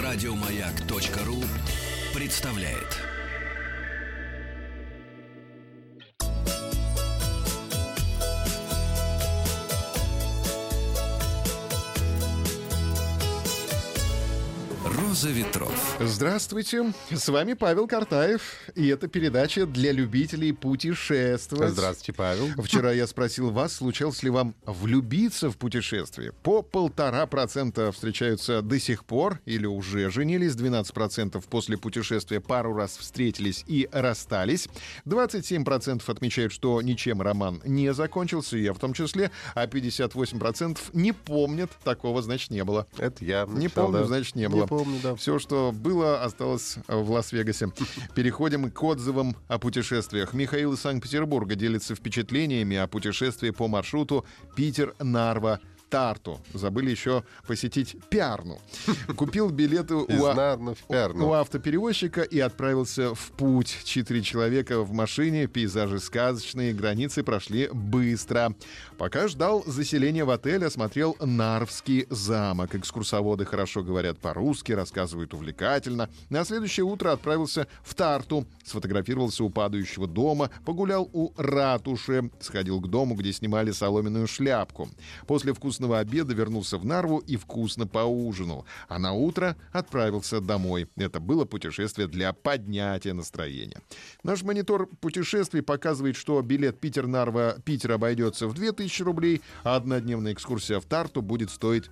Радиомаяк.ру представляет. «Роза ветров». Здравствуйте, с вами Павел Картаев, и это передача для любителей путешествовать. Здравствуйте, Павел. Вчера я спросил вас, случалось ли вам влюбиться в путешествие. По 1,5% встречаются до сих пор или уже женились, 12% после путешествия пару раз встретились и расстались, 27% отмечают, что ничем роман не закончился, я в том числе, а 58% не помнят, такого, значит, не было. Это я. Не помню, значит, не было. Не помню, да. Все, что было, осталось в Лас-Вегасе. Переходим к отзывам о путешествиях. Михаил из Санкт-Петербурга делится впечатлениями о путешествии по маршруту Питер-Нарва-Тарту. Забыли еще посетить Пярну. Купил билеты у автоперевозчика и отправился в путь. 4 человека в машине, пейзажи сказочные, границы прошли быстро. Пока ждал заселения в отель, осмотрел Нарвский замок. Экскурсоводы хорошо говорят по-русски, рассказывают увлекательно. На следующее утро отправился в Тарту, сфотографировался у падающего дома, погулял у ратуши, сходил к дому, где снимали соломенную шляпку. После вкусного обеда вернулся в Нарву и вкусно поужинал. А на утро отправился домой. Это было путешествие для поднятия настроения. Наш монитор путешествий показывает, что билет Питер-Нарва-Питер обойдется в 2000 рублей, а однодневная экскурсия в Тарту будет стоить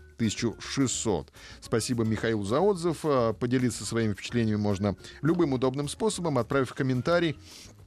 1600. Спасибо Михаилу за отзыв. Поделиться своими впечатлениями можно любым удобным способом, отправив комментарий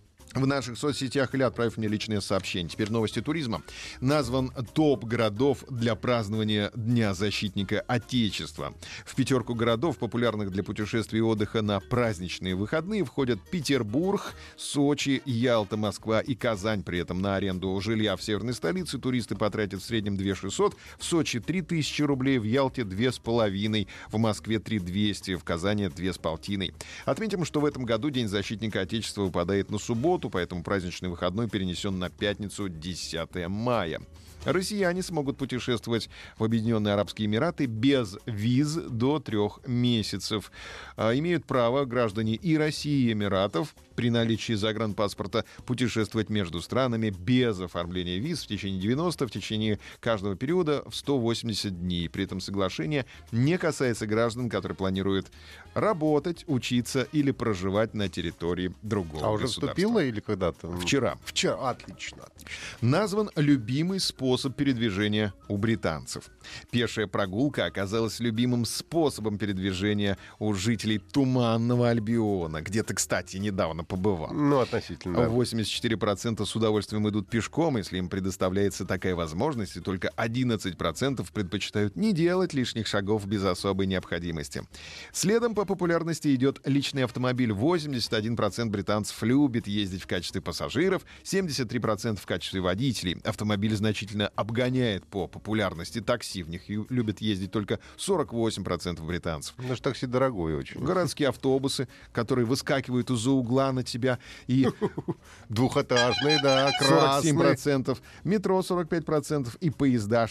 в наших соцсетях или отправив мне личное сообщение. Теперь новости туризма. Назван топ городов для празднования Дня защитника Отечества. В пятерку городов, популярных для путешествий и отдыха на праздничные выходные, входят Петербург, Сочи, Ялта, Москва и Казань. При этом на аренду жилья в северной столице туристы потратят в среднем 2600, в Сочи 3000 рублей, в Ялте 2500, в Москве 3200, в Казани 2500. Отметим, что в этом году День защитника Отечества выпадает на субботу, поэтому праздничный выходной перенесен на пятницу, 10 мая. Россияне смогут путешествовать в Объединенные Арабские Эмираты без виз до 3 месяцев. Имеют право граждане и России, и Эмиратов при наличии загранпаспорта путешествовать между странами без оформления виз в течение 90, в течение каждого периода в 180 дней. При этом соглашение не касается граждан, которые планируют работать, учиться или проживать на территории другого А уже государства. вступило или когда-то? Вчера. Отлично. Назван любимый способ передвижения у британцев. Пешая прогулка оказалась любимым способом передвижения у жителей Туманного Альбиона, где ты, кстати, недавно побывал. Ну, относительно. Да. 84% с удовольствием идут пешком, если им предоставляется такая возможность, и только 11% предпочитают не делать лишних шагов без особой необходимости. Следом по популярности идет личный автомобиль. 81% британцев любит ездить в качестве пассажиров, 73% в качестве водителей. Автомобиль значительно обгоняет по популярности такси. В них любят ездить только 48% британцев. Потому что такси дорогое очень. Городские автобусы, которые выскакивают из-за угла на тебя. И двухэтажные, да, красные. 47%. Метро 45%. И поезда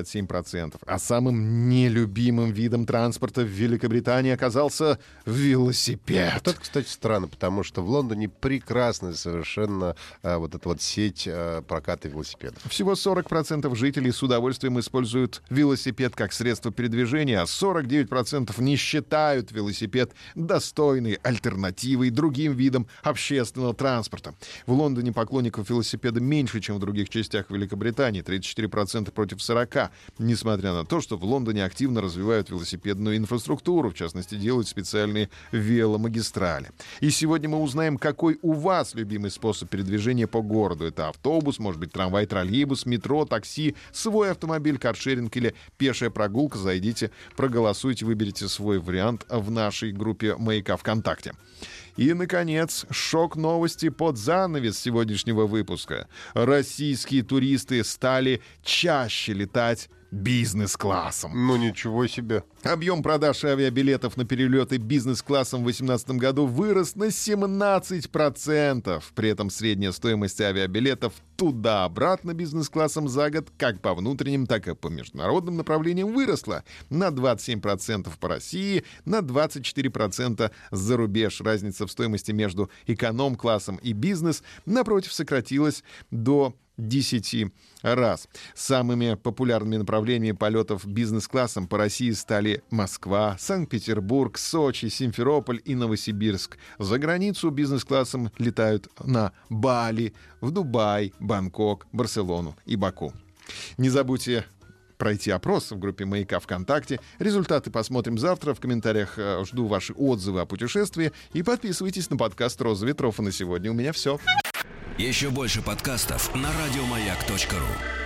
67%. А самым нелюбимым видом транспорта в Великобритании оказался велосипед. Вот это, кстати, странно, потому что в Лондоне прекрасная совершенно вот эта вот сеть проката велосипедов. Всего 40% жителей с удовольствием используют велосипед как средство передвижения, а 49% не считают велосипед достойной альтернативой другим видам общественного транспорта. В Лондоне поклонников велосипеда меньше, чем в других частях Великобритании, 34% против 40%, несмотря на то, что в Лондоне активно развивают велосипедную инфраструктуру, в частности, делают специальные веломагистрали. И сегодня мы узнаем, какой у вас любимый способ передвижения по городу. Это автобус, может быть, трамвай, троллейбус, метро, такси, свой автомобиль, каршеринг или пешая прогулка. Зайдите, проголосуйте, выберите свой вариант в нашей группе «Маяка» ВКонтакте. И, наконец, шок-новости под занавес сегодняшнего выпуска. Российские туристы стали чаще летать бизнес-классом. Ну, ничего себе. Объем продаж авиабилетов на перелеты бизнес-классом в 2018 году вырос на 17%. При этом средняя стоимость авиабилетов туда-обратно бизнес-классом за год как по внутренним, так и по международным направлениям выросла на 27% по России, на 24% за рубеж. Разница в стоимости между эконом-классом и бизнес, напротив, сократилась до 10 раз. Самыми популярными направлениями полетов бизнес-классом по России стали Москва, Санкт-Петербург, Сочи, Симферополь и Новосибирск. За границу бизнес-классом летают на Бали, в Дубай, Бангкок, Барселону и Баку. Не забудьте пройти опрос в группе «Маяка» ВКонтакте. Результаты посмотрим завтра. В комментариях жду ваши отзывы о путешествии. И подписывайтесь на подкаст «Роза ветров». И на сегодня у меня все. Еще больше подкастов на радиомаяк.ру.